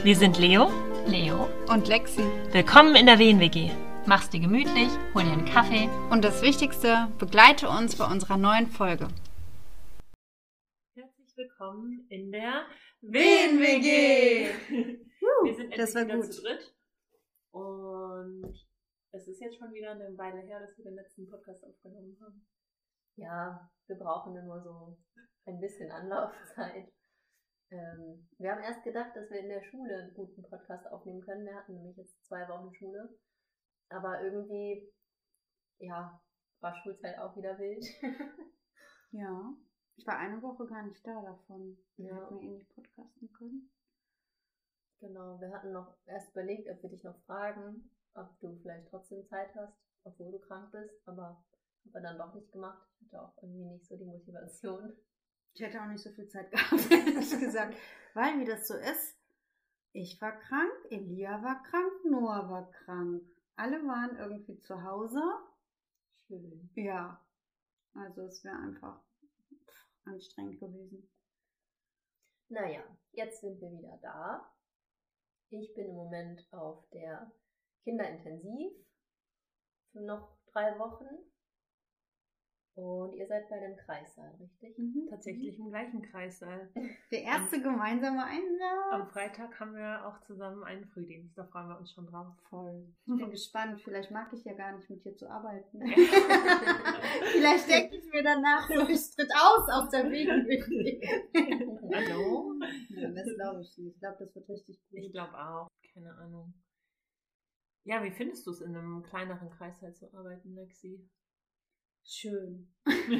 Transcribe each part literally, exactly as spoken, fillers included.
Wir sind Leo, Leo und Lexi. Willkommen in der Wehen-W G. Mach's dir gemütlich, hol dir einen Kaffee. Und das Wichtigste, begleite uns bei unserer neuen Folge. Herzlich willkommen in der Wehen-W G. Wir sind endlich das war wieder gut. zu dritt. Und es ist jetzt schon wieder eine Weile her, dass wir den letzten Podcast aufgenommen haben. Ja, wir brauchen immer so ein bisschen Anlaufzeit. Ähm, wir haben erst gedacht, dass wir in der Schule einen guten Podcast aufnehmen können. Wir hatten nämlich jetzt zwei Wochen Schule. Aber irgendwie, ja, war Schulzeit auch wieder wild. Ja, ich war eine Woche gar nicht da davon. Wir Ja. hätten eh nicht podcasten können. Genau, wir hatten noch erst überlegt, ob wir dich noch fragen, ob du vielleicht trotzdem Zeit hast, obwohl du krank bist. Aber haben wir dann doch nicht gemacht. Ich hatte auch irgendwie nicht so die Motivation. Ich hätte auch nicht so viel Zeit gehabt, ehrlich gesagt. Weil, wie das so ist, ich war krank, Elia war krank, Noah war krank. Alle waren irgendwie zu Hause. Schön. Ja, also es wäre einfach anstrengend gewesen. Naja, jetzt sind wir wieder da. Ich bin im Moment auf der Kinderintensiv für noch drei Wochen. Und ihr seid bei dem Kreissaal, richtig? Mhm. Tatsächlich im gleichen Kreissaal. Der erste gemeinsame Einsatz. Am Freitag haben wir auch zusammen einen Frühdienst. Da freuen wir uns schon drauf. Voll. Ich bin gespannt. Vielleicht mag ich ja gar nicht mit dir zu arbeiten. Vielleicht denke ich mir danach so, ich tritt aus aus der Wegen-W G. Hallo? Ja, das glaube ich nicht. Ich glaube, das wird richtig gut. Ich glaube auch. Keine Ahnung. Ja, wie findest du es, in einem kleineren Kreissaal zu arbeiten, Lexi? Schön.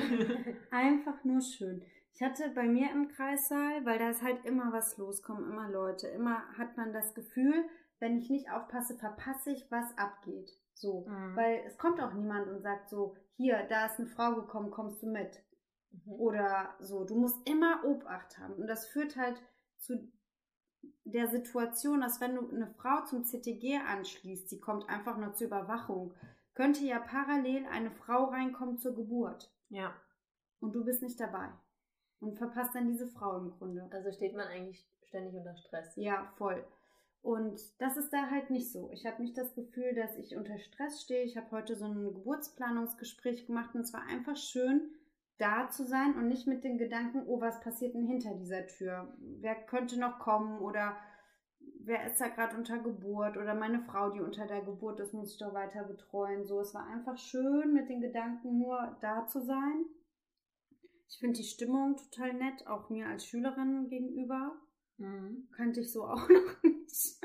Einfach nur schön. Ich hatte bei mir im Kreissaal, weil da ist halt immer was los, kommen immer Leute. Immer hat man das Gefühl, wenn ich nicht aufpasse, verpasse ich, was abgeht. So. Mhm. Weil es kommt auch niemand und sagt so, hier, da ist eine Frau gekommen, kommst du mit? Mhm. Oder so. Du musst immer Obacht haben. Und das führt halt zu der Situation, dass wenn du eine Frau zum C T G anschließt, die kommt einfach nur zur Überwachung, könnte ja parallel eine Frau reinkommen zur Geburt. Ja. Und du bist nicht dabei. Und verpasst dann diese Frau im Grunde. Also steht man eigentlich ständig unter Stress. Ja, voll. Und das ist da halt nicht so. Ich habe nicht das Gefühl, dass ich unter Stress stehe. Ich habe heute so ein Geburtsplanungsgespräch gemacht und es war einfach schön, da zu sein und nicht mit den Gedanken, oh, was passiert denn hinter dieser Tür? Wer könnte noch kommen oder wer ist da gerade unter Geburt oder meine Frau, die unter der Geburt ist, muss ich doch weiter betreuen. So, es war einfach schön, mit den Gedanken nur da zu sein. Ich finde die Stimmung total nett, auch mir als Schülerin gegenüber. Mhm. Könnte ich so auch noch nicht.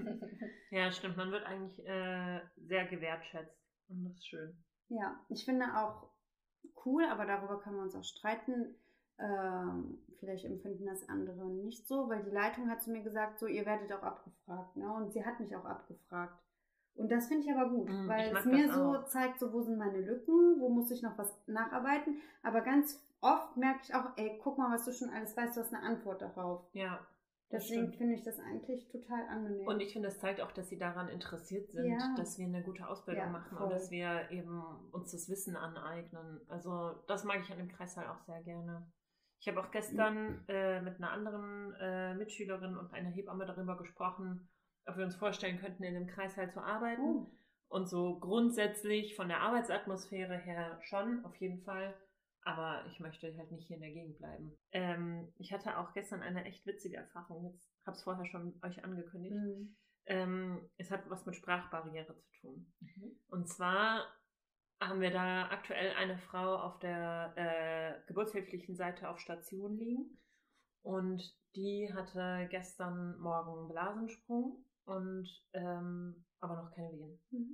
Ja, stimmt. Man wird eigentlich äh, sehr gewertschätzt. Und das ist schön. Ja, ich finde auch cool, aber darüber können wir uns auch streiten. Ähm, vielleicht empfinden das andere nicht so, weil die Leitung hat zu mir gesagt, so, ihr werdet auch abgefragt, ne? Und sie hat mich auch abgefragt. Und das finde ich aber gut, Mm, weil ich mag es mir das so auch. zeigt, so, wo sind meine Lücken, wo muss ich noch was nacharbeiten. Aber ganz oft merke ich auch, ey, guck mal, was du schon alles weißt, du hast eine Antwort darauf. Ja. Das Deswegen stimmt. finde ich das eigentlich total angenehm. Und ich finde, es zeigt auch, dass sie daran interessiert sind, Ja. dass wir eine gute Ausbildung Ja, machen voll. und dass wir eben uns das Wissen aneignen. Also das mag ich an dem Kreissaal auch sehr gerne. Ich habe auch gestern äh, mit einer anderen äh, Mitschülerin und einer Hebamme darüber gesprochen, ob wir uns vorstellen könnten, in dem Kreissaal zu arbeiten. Oh. Und so grundsätzlich von der Arbeitsatmosphäre her schon, auf jeden Fall. Aber ich möchte halt nicht hier in der Gegend bleiben. Ähm, ich hatte auch gestern eine echt witzige Erfahrung. Jetzt habe es vorher schon euch angekündigt. Mhm. Ähm, es hat was mit Sprachbarriere zu tun. Mhm. Und zwar haben wir da aktuell eine Frau auf der äh, geburtshilflichen Seite auf Station liegen. Und die hatte gestern Morgen Blasensprung und ähm, aber noch keine Wehen. Mhm.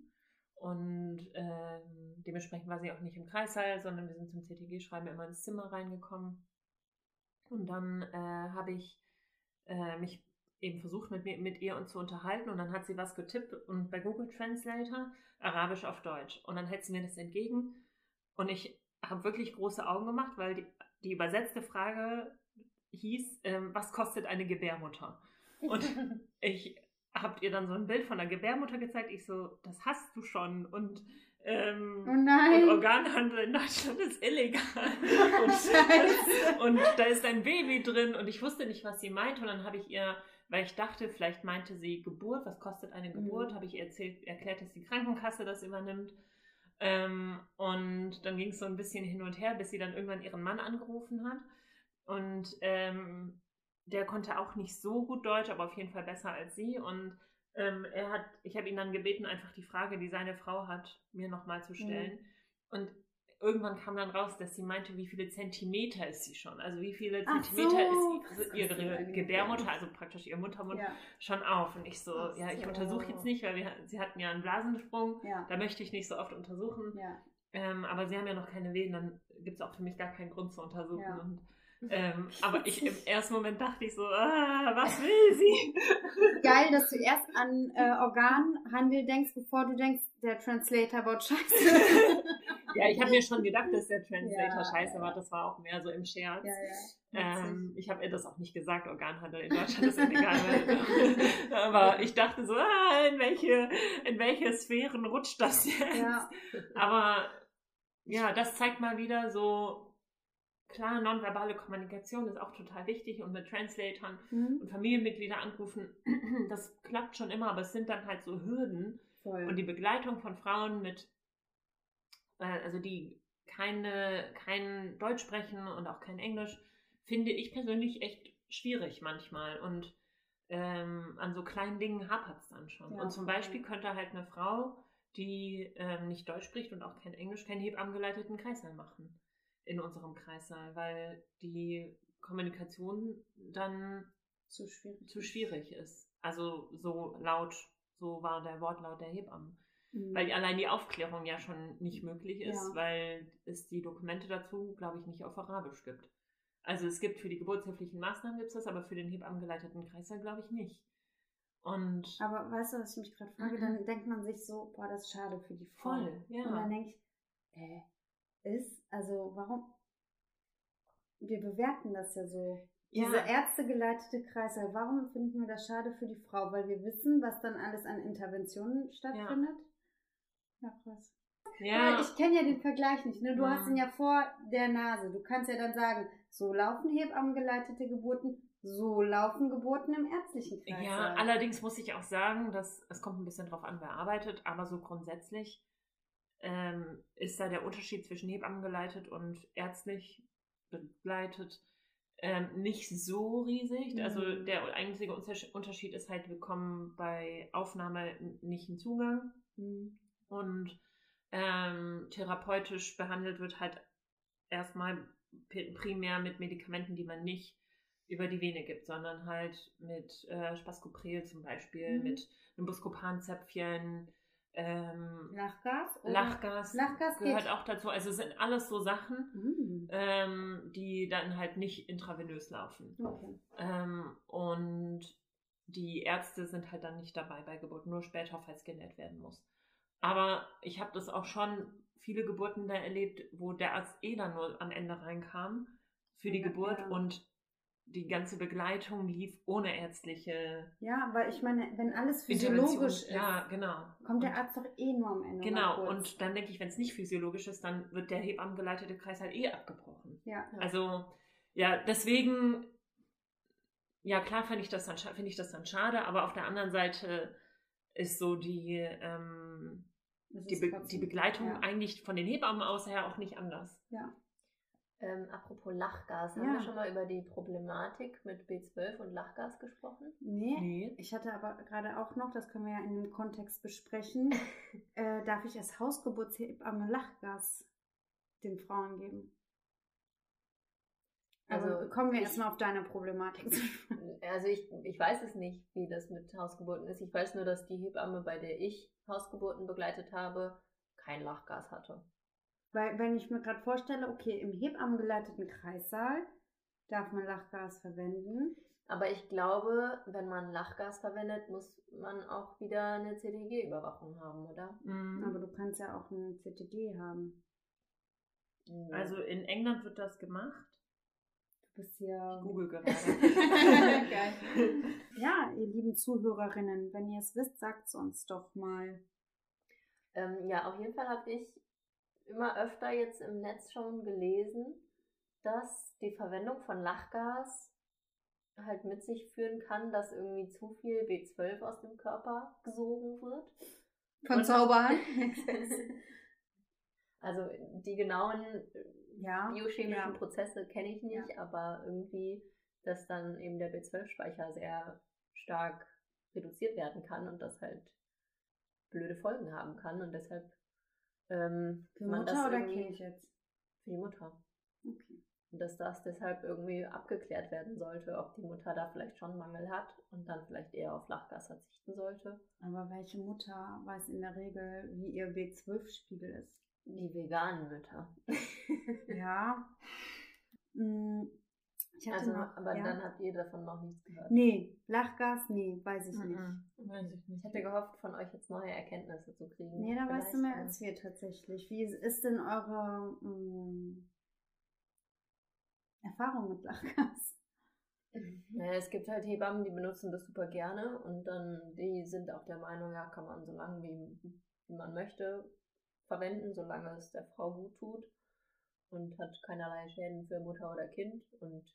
Und ähm, dementsprechend war sie auch nicht im Kreissaal, sondern wir sind zum C T G-Schreiben immer ins Zimmer reingekommen. Und dann äh, habe ich äh, mich eben versucht, mit, mir, mit ihr uns zu unterhalten. Und dann hat sie was getippt und bei Google Translator Arabisch auf Deutsch. Und dann hält sie mir das entgegen. Und ich habe wirklich große Augen gemacht, weil die, die übersetzte Frage hieß, ähm, was kostet eine Gebärmutter? Und ich habt ihr dann so ein Bild von der Gebärmutter gezeigt. Ich so, das hast du schon. Und Ähm, Oh nein. Und Organhandel in Deutschland ist illegal. Und, und da ist ein Baby drin und ich wusste nicht, was sie meint. Und dann habe ich ihr weil ich dachte, vielleicht meinte sie Geburt, was kostet eine Geburt, Mhm. habe ich ihr erzählt, erklärt, dass die Krankenkasse das übernimmt. Ähm, und dann ging es so ein bisschen hin und her, bis sie dann irgendwann ihren Mann angerufen hat. Und ähm, der konnte auch nicht so gut Deutsch, aber auf jeden Fall besser als sie. Und ähm, er hat, ich habe ihn dann gebeten, einfach die Frage, die seine Frau hat, mir nochmal zu stellen. Mhm. Und irgendwann kam dann raus, dass sie meinte, wie viele Zentimeter ist sie schon? Also wie viele Ach Zentimeter so, ist ihre Gebärmutter, also praktisch ihr Muttermund, Ja. schon auf. Und ich so, Ach ja, ich so. untersuche jetzt nicht, weil wir, sie hatten ja einen Blasensprung. Ja. Da möchte ich nicht so oft untersuchen. Ja. Ähm, aber sie haben ja noch keine Wehen, dann gibt es auch für mich gar keinen Grund zu untersuchen. Ja. Und, ähm, aber ich im ersten Moment dachte ich so, ah, was will sie? Geil, dass du erst an äh, Organhandel denkst, bevor du denkst, der Translator baut Scheiße. Ja, ich habe mir schon gedacht, dass der Translator Ja, scheiße ja. war. Das war auch mehr so im Scherz. Ja, ja. Ähm, ich habe ihr das auch nicht gesagt, Organhandel in Deutschland ist illegal. Aber ich dachte so, ah, in welche, in welche Sphären rutscht das jetzt? Ja. Aber ja, das zeigt mal wieder so, klar, nonverbale Kommunikation ist auch total wichtig und mit Translatoren Mhm. und Familienmitglieder anrufen, das klappt schon immer, aber es sind dann halt so Hürden. Voll. Und die Begleitung von Frauen mit, äh, also die keine, kein Deutsch sprechen und auch kein Englisch, finde ich persönlich echt schwierig manchmal. Und ähm, an so kleinen Dingen hapert es dann schon. Ja, und zum voll. Beispiel könnte halt eine Frau, die ähm, nicht Deutsch spricht und auch kein Englisch, keinen hebammenngeleiteten Kreißsaal machen in unserem Kreissaal, weil die Kommunikation dann Zu schwierig. zu schwierig ist. Also so laut, so war der Wortlaut der Hebammen. Mhm. Weil allein die Aufklärung ja schon nicht möglich ist, Ja. weil es die Dokumente dazu, glaube ich, nicht auf Arabisch gibt. Also es gibt für die geburtshilflichen Maßnahmen gibt es das, aber für den hebammenngeleiteten Kreißsaal glaube ich nicht. Und Aber weißt du, was ich mich gerade frage? Mhm. Dann denkt man sich so, boah, das ist schade für die Frau. voll, ja. Und dann denke ich, äh, ist, also warum? Wir bewerten das ja so. Ja. Dieser ärztegeleitete Kreißsaal, warum finden wir das schade für die Frau? Weil wir wissen, was dann alles an Interventionen stattfindet? Ja, krass. ja. Weil ich kenne ja den Vergleich nicht. Ne? Du Mhm. hast ihn ja vor der Nase. Du kannst ja dann sagen, so laufen hebammengeleitete Geburten, so laufen Geburten im ärztlichen Kreißsaal. Ja, allerdings muss ich auch sagen, dass es kommt ein bisschen drauf an, wer arbeitet, aber so grundsätzlich ähm, ist da der Unterschied zwischen hebammengeleitet und ärztlich begleitet ähm, nicht so riesig. Mhm. Also der einzige Unterschied Unterschied ist halt, wir bekommen bei Aufnahme n- nicht einen Zugang Mhm. und ähm, therapeutisch behandelt wird halt erstmal p- primär mit Medikamenten, die man nicht über die Vene gibt, sondern halt mit äh, Spaskopril zum Beispiel, Mhm. mit einem Buscopan-Zäpfchen, ähm, Lachgas? Oder? Lachgas, Lachgas gehört geht. auch dazu. Also es sind alles so Sachen, Mhm. ähm, die dann halt nicht intravenös laufen. Okay. Ähm, und die Ärzte sind halt dann nicht dabei bei Geburt, nur später, falls genäht werden muss. Aber ich habe das auch schon viele Geburten da erlebt, wo der Arzt eh dann nur am Ende reinkam für die Ja, Geburt ja. und die ganze Begleitung lief ohne ärztliche Ja, aber ich meine, wenn alles Intervention. physiologisch ist, Ja, genau. kommt der Und- Arzt doch eh nur am Ende. mal Genau, kurz. und dann denke ich, wenn es nicht physiologisch ist, dann wird der hebammengeleitete Kreis halt eh abgebrochen. Ja. Also, ja, deswegen, ja klar finde ich, das dann, scha- find ich das dann schade, aber auf der anderen Seite ist so die, ähm, Das die, ist Be trotzdem- die Begleitung ja. eigentlich von den Hebammen aus her auch nicht anders. Ja. Ähm, apropos Lachgas, haben Ja. wir schon mal über die Problematik mit B zwölf und Lachgas gesprochen? Nee, Nee. ich hatte aber gerade auch noch, das können wir ja in dem Kontext besprechen, äh, darf ich als Hausgeburtshebamme Lachgas den Frauen geben? Also Also, kommen wir ich- erstmal auf deine Problematik zu sprechen. Also ich, ich weiß es nicht, wie das mit Hausgeburten ist. Ich weiß nur, dass die Hebamme, bei der ich Hausgeburten begleitet habe, kein Lachgas hatte. Weil, wenn ich mir gerade vorstelle, okay, im hebammengeleiteten Kreissaal darf man Lachgas verwenden. Aber ich glaube, wenn man Lachgas verwendet, muss man auch wieder eine C T G-Überwachung haben, oder? Mhm. Aber du kannst ja auch einen C T G haben. Also in England wird das gemacht. Du bist ja... Ich google gerade. Geil. Ja, ihr lieben Zuhörerinnen, wenn ihr es wisst, sagt es uns doch mal. Ähm, ja, auf jeden Fall habe ich immer öfter jetzt im Netz schon gelesen, dass die Verwendung von Lachgas halt mit sich führen kann, dass irgendwie zu viel B zwölf aus dem Körper gesogen wird. Von Und- Zauberhand. Also die genauen Ja. biochemischen ja. Prozesse kenne ich nicht, aber irgendwie, dass dann eben der B zwölf Speicher sehr stark reduziert werden kann und das halt blöde Folgen haben kann und deshalb ähm, Für man Mutter das oder irgendwie Kind jetzt? für die Mutter. Okay. Und dass das deshalb irgendwie abgeklärt werden sollte, ob die Mutter da vielleicht schon Mangel hat und dann vielleicht eher auf Lachgas verzichten sollte. Aber welche Mutter weiß in der Regel, wie ihr B zwölf Spiegel ist? Die veganen Mütter. Ja. Mm, Ich hatte Also, noch, aber ja. dann habt ihr davon noch nichts gehört. Nee, Lachgas, nee, weiß ich nicht. Mhm. Weiß ich Ich nicht. hätte gehofft, von euch jetzt neue Erkenntnisse zu kriegen. Nee, da weißt du mehr Vielleicht, als wir tatsächlich. Wie ist denn eure mm, Erfahrung mit Lachgas? Naja, es gibt halt Hebammen, die benutzen das super gerne und dann die sind auch der Meinung, ja, kann man so lange wie, wie man möchte verwenden, solange es der Frau gut tut und hat keinerlei Schäden für Mutter oder Kind und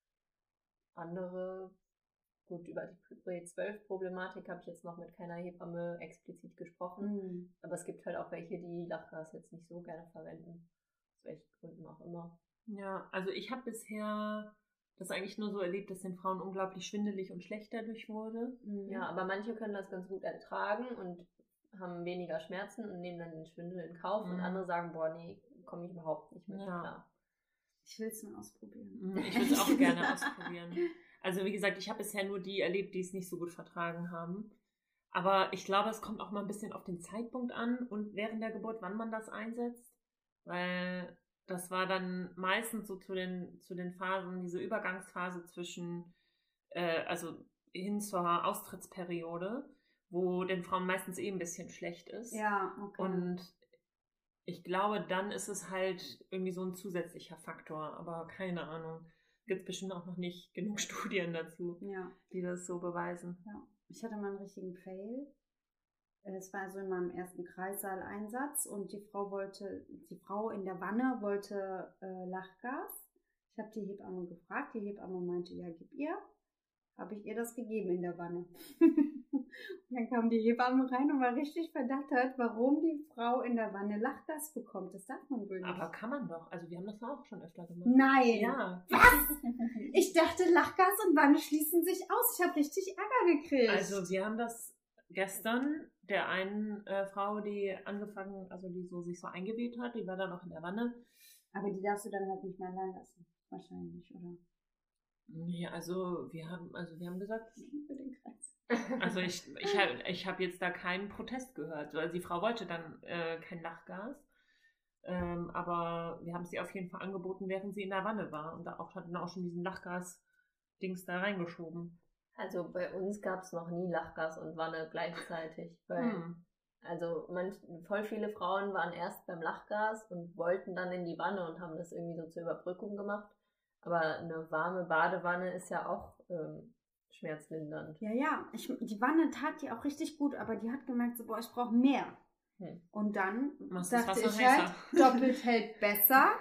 andere, gut, über die B zwölf Problematik habe ich jetzt noch mit keiner Hebamme explizit gesprochen, Mm. aber es gibt halt auch welche, die Lachgas jetzt nicht so gerne verwenden, aus welchen Gründen auch immer. Ja, also ich habe bisher das eigentlich nur so erlebt, dass den Frauen unglaublich schwindelig und schlecht dadurch wurde. Mm. Ja, aber manche können das ganz gut ertragen und haben weniger Schmerzen und nehmen dann den Schwindel in Kauf und Mhm. andere sagen, boah, nee, komme ich überhaupt nicht mit Ja. klar. Ich will es mal ausprobieren. Mhm, Ich würde es auch gerne ausprobieren. Also wie gesagt, ich habe bisher nur die erlebt, die es nicht so gut vertragen haben. Aber ich glaube, es kommt auch mal ein bisschen auf den Zeitpunkt an und während der Geburt, wann man das einsetzt. Weil das war dann meistens so zu den, zu den Phasen, diese Übergangsphase zwischen, äh, also hin zur Austrittsperiode, wo den Frauen meistens eh ein bisschen schlecht ist. Ja, okay. Und ich glaube, dann ist es halt irgendwie so ein zusätzlicher Faktor, aber keine Ahnung. Gibt es bestimmt auch noch nicht genug Studien dazu, ja. die das so beweisen. Ja, ich hatte mal einen richtigen Fail. Es war also in meinem ersten Kreissaaleinsatz und die Frau wollte, die Frau in der Wanne wollte äh, Lachgas. Ich habe die Hebamme gefragt, die Hebamme meinte, ja, gib ihr. Habe ich ihr das gegeben in der Wanne. Und dann kam die Hebamme rein und war richtig verdattert, warum die Frau in der Wanne Lachgas bekommt. Das darf man wohl nicht. Aber kann man doch. Also wir haben das auch schon öfter gemacht. Nein! Ja. Was? Ich dachte, Lachgas und Wanne schließen sich aus. Ich habe richtig Ärger gekriegt. Also wir haben das gestern der einen äh, Frau, die angefangen, also die so sich so eingeweht hat, die war dann auch in der Wanne. Aber die darfst du dann halt nicht mehr allein lassen. Wahrscheinlich, oder? Nee, also wir haben, also wir haben gesagt, Für den Kreis. also ich, ich habe ich hab jetzt da keinen Protest gehört. Also die Frau wollte dann äh, kein Lachgas. Ähm, aber wir haben es ihr auf jeden Fall angeboten, während sie in der Wanne war. Und da auch hatten auch schon diesen Lachgas-Dings da reingeschoben. Also bei uns gab es noch nie Lachgas und Wanne gleichzeitig. Weil, Hm. also manch, voll viele Frauen waren erst beim Lachgas und wollten dann in die Wanne und haben das irgendwie so zur Überbrückung gemacht. Aber eine warme Badewanne ist ja auch ähm, schmerzlindernd. Ja, ja. Ich, die Wanne tat die auch richtig gut, aber die hat gemerkt, so, boah, ich brauche mehr. Hm. Und dann Machst das dachte Wasser ich halt, heißer. doppelt hält besser.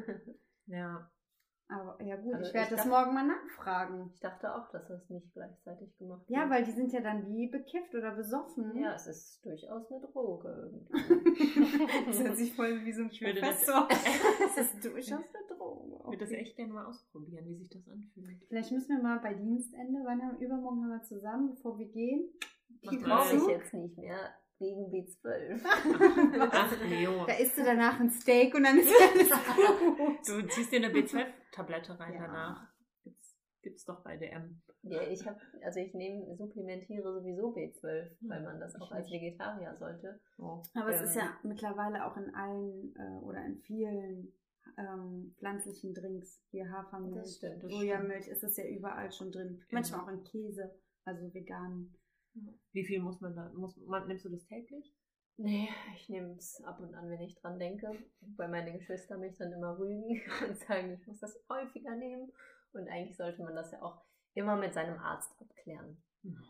Ja. Aber ja gut, Also ich werde ich das dachte- morgen mal nachfragen. Ich dachte auch, dass das nicht gleichzeitig gemacht Ja, wird. weil die sind ja dann wie bekifft oder besoffen. Ja, es ist durchaus eine Droge irgendwie. Das hört sich voll wie so ein Ich würde das- Professor. Das ist durchaus eine Droge. Ich würde das echt gerne mal ausprobieren, wie sich das anfühlt. Vielleicht müssen wir mal bei Dienstende, wann haben, übermorgen haben wir zusammen, bevor wir gehen. Macht die Brauche Brauche ich jetzt nicht mehr wegen B zwölf. Ach, Leo. Da isst du danach ein Steak und dann ist alles gut. Du ziehst dir eine B zwölf Tablette rein Ja. danach. Gibt's, gibt's doch bei D M. Ja, ich habe, also ich nehme, supplementiere sowieso B zwölf, Hm, weil man das auch ich als nicht. Vegetarier sollte. Oh. Aber es Ähm. ist ja mittlerweile auch in allen äh, oder in vielen ähm, pflanzlichen Drinks, wie Hafermilch, Das stimmt, das Sojamilch, ist es ja überall schon drin. Manchmal auch in Käse, also vegan. Wie viel muss man da? Muss man, nimmst du das täglich? Nee, ich nehme es ab und an, wenn ich dran denke, weil meine Geschwister mich dann immer rügen und sagen, ich muss das häufiger nehmen. Und eigentlich sollte man das ja auch immer mit seinem Arzt abklären.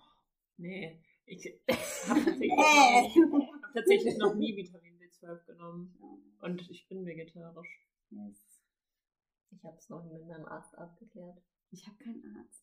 Nee. Ich habe tatsächlich, noch- hab tatsächlich noch nie Vitamin B zwölf genommen. Und ich bin vegetarisch. Yes. Ich habe es noch nie mit meinem Arzt abgeklärt. Ich habe keinen Arzt.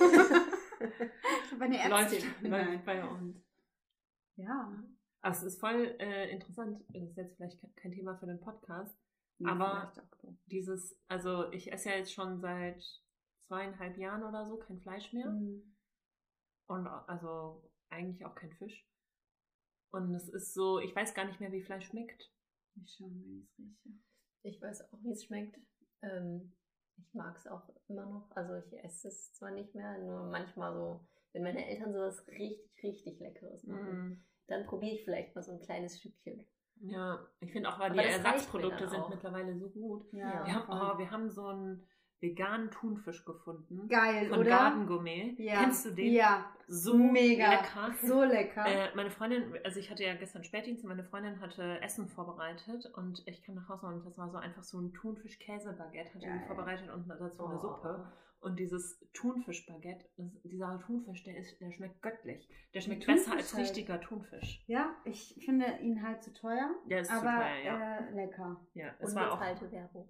Ich habe eine Ärztin. Läuft, läuft bei uns. Ja. Aber es ist voll äh, interessant. Das ist jetzt vielleicht kein Thema für den Podcast. Ja, aber vielleicht auch so. dieses, also ich esse ja jetzt schon seit zweieinhalb Jahren oder so kein Fleisch mehr. Mhm. Und also eigentlich auch kein Fisch. Und es ist so, ich weiß gar nicht mehr, wie Fleisch schmeckt. Ich schau mal, wie es riecht. Ich weiß auch, wie es schmeckt. Ähm, ich mag es auch immer noch. Also ich esse es zwar nicht mehr, nur manchmal so, wenn meine Eltern sowas richtig, richtig Leckeres machen, Mm. dann probiere ich vielleicht mal so ein kleines Stückchen. Ja, ich finde auch, weil Aber die das reicht Ersatzprodukte mir dann sind auch. mittlerweile so gut. Ja, Wir haben, voll. oh, wir haben so einen veganen Thunfisch gefunden. Geil, Von oder? Garden Gourmet. Ja. Kennst du den? Ja. So Mega. lecker. So lecker. Äh, meine Freundin, also ich hatte ja gestern Spätdienst und meine Freundin hatte Essen vorbereitet und ich kam nach Hause und das war so einfach so ein Thunfisch-Käse-Baguette, hatte Geil. sie vorbereitet und dazu eine Oh. Suppe. Und dieses Thunfisch-Baguette, das- dieser Thunfisch, der, ist, der schmeckt göttlich. Der schmeckt Thunfisch besser als halt. richtiger Thunfisch. Ja, ich finde ihn halt zu teuer, Der ist zu aber teuer, ja. äh, lecker. Ja, es war auch, Unbezahlte Werbung.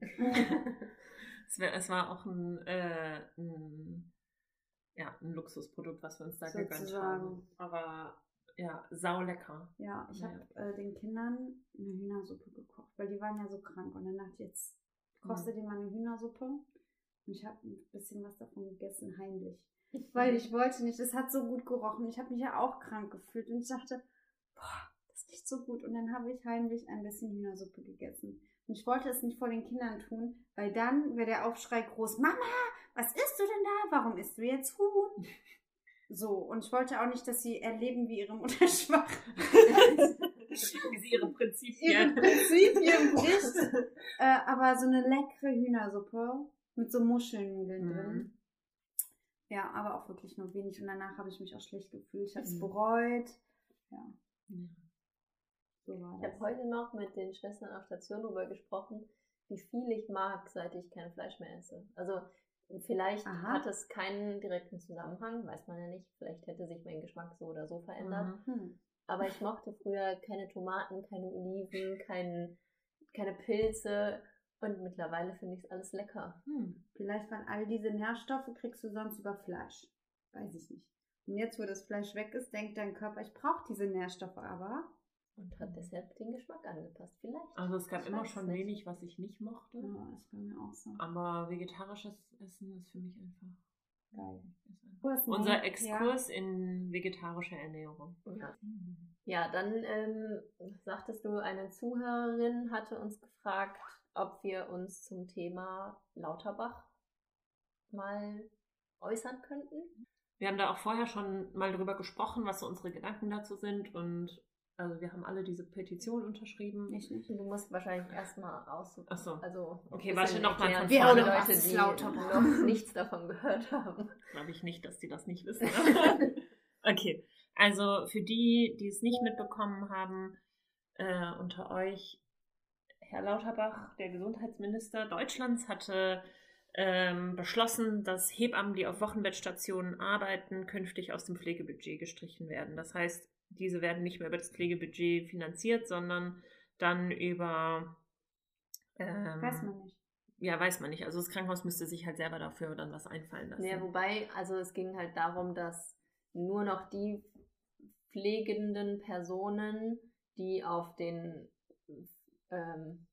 es, war, es war auch ein, äh, ein, ja, ein Luxusprodukt, was wir uns da gegönnt Sozusagen. haben. Aber ja, saulecker. Ja, ich Ja. habe äh, den Kindern eine Hühnersuppe gekocht, weil die waren ja so krank. Und dann dachte ich, jetzt kostet Mhm. die mal eine Hühnersuppe. Und ich habe ein bisschen was davon gegessen, heimlich. Weil ich wollte nicht, es hat so gut gerochen. Ich habe mich ja auch krank gefühlt. Und ich dachte, boah, das ist nicht so gut. Und dann habe ich heimlich ein bisschen Hühnersuppe gegessen. Und ich wollte es nicht vor den Kindern tun, weil dann wäre der Aufschrei groß. Mama, was isst du denn da? Warum isst du jetzt Huhn? So, und ich wollte auch nicht, dass sie erleben, wie ihre Mutter schwach Wie sie ihre ihre Prinzipien. Prinzipien bricht. Äh, aber so eine leckere Hühnersuppe mit so Muschelnudeln Mhm. drin. Ja, aber auch wirklich nur wenig. Und danach habe ich mich auch schlecht gefühlt. Ich habe es Mhm. bereut. Ja, so war Ich das. habe heute noch mit den Schwestern auf Station darüber gesprochen, wie viel ich mag, seit ich kein Fleisch mehr esse. Also vielleicht Aha. hat es keinen direkten Zusammenhang, weiß man ja nicht. Vielleicht hätte sich mein Geschmack so oder so verändert. Mhm. Hm. Aber ich mochte früher keine Tomaten, keine Oliven, kein, keine Pilze. Und mittlerweile finde ich es alles lecker. Hm. Vielleicht waren all diese Nährstoffe, kriegst du sonst über Fleisch. Weiß ich nicht. Und jetzt, wo das Fleisch weg ist, denkt dein Körper, ich brauche diese Nährstoffe aber. Und hat deshalb den Geschmack angepasst. Vielleicht. Also es gab Ich immer weiß schon nicht. wenig, was ich nicht mochte. Ja, das war mir auch so. Aber vegetarisches Essen ist für mich einfach Geil. ist einfach- Kurs Unser nehmen. Exkurs in vegetarische Ernährung. Ja. Ja, dann ähm, sagtest du, eine Zuhörerin hatte uns gefragt, ob wir uns zum Thema Lauterbach mal äußern könnten. Wir haben da auch vorher schon mal drüber gesprochen, was so unsere Gedanken dazu sind. Und also wir haben alle diese Petition unterschrieben. Ich nicht. Du musst wahrscheinlich erstmal aus. Ach so. Also Okay, ein warte, bisschen noch mal erklären von für vorne. die Was Leute, ist die Lauterbach? noch nichts davon gehört haben. Glaube ich nicht, dass die das nicht wissen. Okay, also für die, die es nicht mitbekommen haben, äh, unter euch, Herr Lauterbach, der Gesundheitsminister Deutschlands, hatte ähm, beschlossen, dass Hebammen, die auf Wochenbettstationen arbeiten, künftig aus dem Pflegebudget gestrichen werden. Das heißt, diese werden nicht mehr über das Pflegebudget finanziert, sondern dann über... Ähm, Weiß man nicht. Ja, weiß man nicht. Also das Krankenhaus müsste sich halt selber dafür dann was einfallen lassen. Ja, wobei, also es ging halt darum, dass nur noch die pflegenden Personen, die auf den ähm,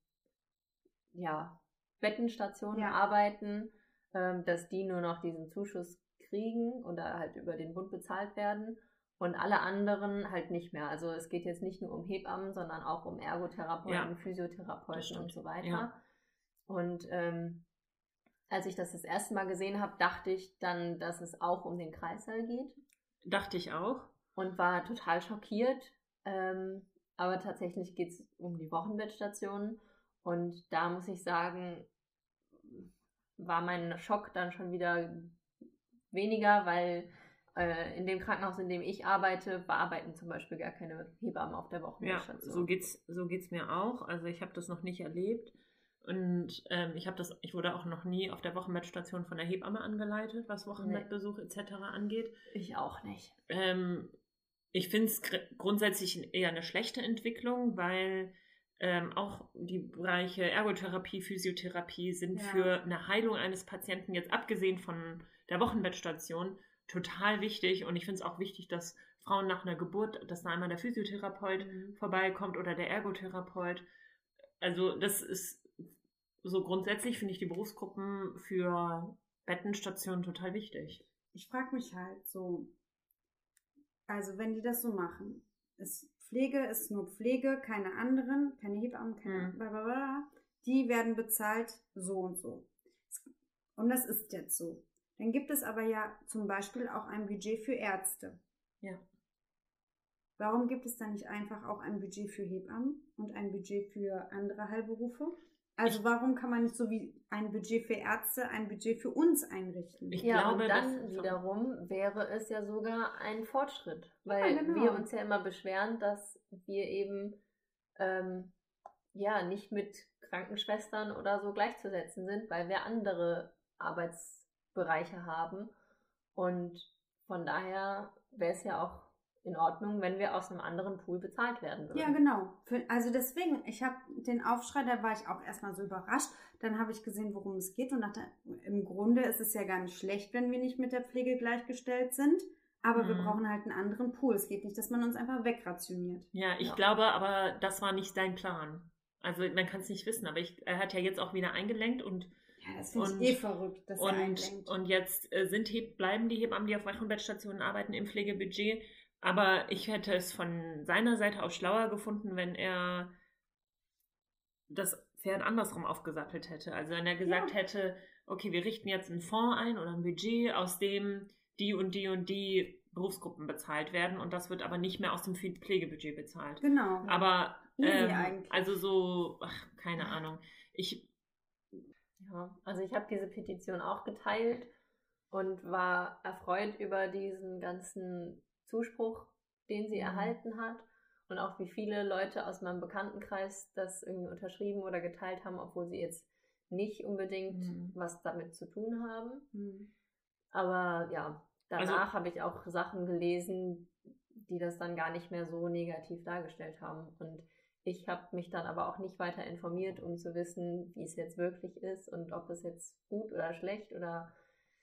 ja, Bettenstationen Ja. arbeiten, ähm, dass die nur noch diesen Zuschuss kriegen oder halt über den Bund bezahlt werden und alle anderen halt nicht mehr. Also es geht jetzt nicht nur um Hebammen, sondern auch um Ergotherapeuten, Ja, das Physiotherapeuten stimmt. und so weiter. Ja. Und ähm, als ich das das erste Mal gesehen habe, dachte ich dann, dass es auch um den Kreissaal geht Dachte ich auch. und war total schockiert. Ähm, aber tatsächlich geht es um die Wochenbettstationen und da muss ich sagen, war mein Schock dann schon wieder weniger, weil äh, in dem Krankenhaus, in dem ich arbeite, bearbeiten zum Beispiel gar keine Hebammen auf der Ja, Wochenbettstation. so geht's, so geht's mir auch. Also ich habe das noch nicht erlebt. Und ähm, ich habe das, ich wurde auch noch nie auf der Wochenbettstation von der Hebamme angeleitet, was Wochenbettbesuch et cetera angeht. Ich auch nicht. Ähm, ich finde es gr- grundsätzlich eher eine schlechte Entwicklung, weil ähm, auch die Bereiche Ergotherapie, Physiotherapie sind Ja. für eine Heilung eines Patienten, jetzt abgesehen von der Wochenbettstation total wichtig. Und ich finde es auch wichtig, dass Frauen nach einer Geburt, dass da einmal der Physiotherapeut mhm. vorbeikommt oder der Ergotherapeut. Also das ist so grundsätzlich, finde ich die Berufsgruppen für Bettenstationen total wichtig. Ich frage mich halt so, also wenn die das so machen, ist Pflege ist nur Pflege, keine anderen, keine Hebammen, keine mhm. blablabla, die werden bezahlt so und so. Und das ist jetzt so. Dann gibt es aber ja zum Beispiel auch ein Budget für Ärzte. Ja. Warum gibt es dann nicht einfach auch ein Budget für Hebammen und ein Budget für andere Heilberufe? Also ich, warum kann man nicht so wie ein Budget für Ärzte ein Budget für uns einrichten? Ich ja, glaube, und dann wiederum wäre es ja sogar ein Fortschritt, weil ja, genau. wir uns ja immer beschweren, dass wir eben ähm, ja nicht mit Krankenschwestern oder so gleichzusetzen sind, weil wir andere Arbeitsbereiche haben und von daher wäre es ja auch in Ordnung, wenn wir aus einem anderen Pool bezahlt werden würden. Ja, genau. Für, also deswegen, ich habe den Aufschrei, da war ich auch erstmal so überrascht. Dann habe ich gesehen, worum es geht und dachte, im Grunde ist es ja gar nicht schlecht, wenn wir nicht mit der Pflege gleichgestellt sind. Aber mhm. wir brauchen halt einen anderen Pool. Es geht nicht, dass man uns einfach wegrationiert. Ja, ich ja. glaube, aber das war nicht dein Plan. Also man kann es nicht wissen, aber ich, er hat ja jetzt auch wieder eingelenkt und ja, das finde ich eh verrückt, dass und, er einlenkt. Und jetzt äh, sind Heb- bleiben die Hebammen, die auf Wochenbettstationen arbeiten, im Pflegebudget. Aber ich hätte es von seiner Seite aus schlauer gefunden, wenn er das Pferd andersrum aufgesattelt hätte. Also wenn er gesagt ja. hätte, okay, wir richten jetzt einen Fonds ein oder ein Budget, aus dem die und die und die Berufsgruppen bezahlt werden und das wird aber nicht mehr aus dem Pflegebudget bezahlt. Genau. Aber ähm, also so, ach, keine Ahnung. Ich ja, also ich habe diese Petition auch geteilt und war erfreut über diesen ganzen Zuspruch, den sie mhm. erhalten hat und auch wie viele Leute aus meinem Bekanntenkreis das irgendwie unterschrieben oder geteilt haben, obwohl sie jetzt nicht unbedingt mhm. was damit zu tun haben. Mhm. Aber ja, danach also, habe ich auch Sachen gelesen, die das dann gar nicht mehr so negativ dargestellt haben. Und ich habe mich dann aber auch nicht weiter informiert, um zu wissen, wie es jetzt wirklich ist und ob es jetzt gut oder schlecht oder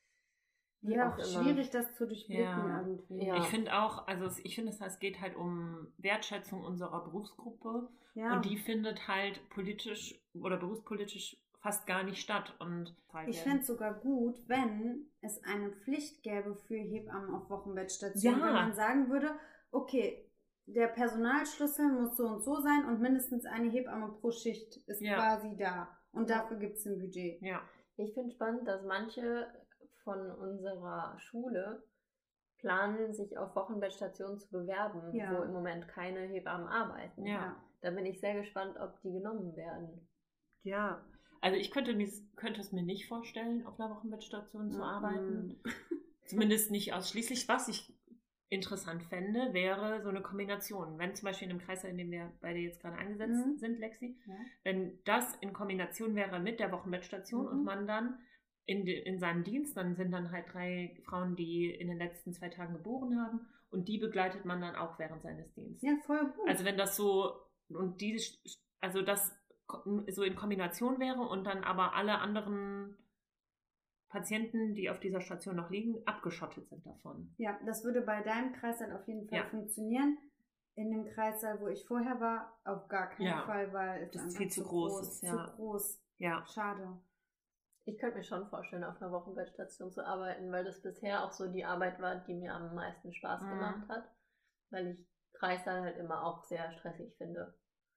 wie ja, auch, auch schwierig, das zu durchblicken ja. irgendwie. Ja. Ich finde auch, also ich finde, es geht halt um Wertschätzung unserer Berufsgruppe ja. und die findet halt politisch oder berufspolitisch fast gar nicht statt. Und ich fände es sogar gut, wenn es eine Pflicht gäbe für Hebammen auf Wochenbettstationen, ja. wenn man sagen würde, okay, der Personalschlüssel muss so und so sein und mindestens eine Hebamme pro Schicht ist ja. quasi da und dafür gibt es ein Budget. Ja. Ich finde spannend, dass manche von unserer Schule planen, sich auf Wochenbettstationen zu bewerben, ja. wo im Moment keine Hebammen arbeiten. Ja. Da bin ich sehr gespannt, ob die genommen werden. Ja, also ich könnte, mir, könnte es mir nicht vorstellen, auf einer Wochenbettstation mhm. zu arbeiten. Zumindest nicht ausschließlich. Was ich interessant fände, wäre so eine Kombination. Wenn zum Beispiel in dem Kreis, in dem wir beide jetzt gerade angesetzt mhm. sind, Lexi, ja. wenn das in Kombination wäre mit der Wochenbettstation mhm. und man dann In, de, in seinem Dienst, dann sind dann halt drei Frauen, die in den letzten zwei Tagen geboren haben und die begleitet man dann auch während seines Dienstes. Ja, voll gut. Also wenn das so und die, also das so in Kombination wäre und dann aber alle anderen Patienten, die auf dieser Station noch liegen, abgeschottet sind davon. Ja, das würde bei deinem Kreißsaal auf jeden Fall ja. funktionieren. In dem Kreißsaal, wo ich vorher war, auf gar keinen ja. Fall, weil es das viel zu groß, groß ist. Ja. Zu groß. Ja. Schade. Ich könnte mir schon vorstellen, auf einer Wochenbettstation zu arbeiten, weil das bisher auch so die Arbeit war, die mir am meisten Spaß mhm. gemacht hat, weil ich Kreißsaal halt immer auch sehr stressig finde.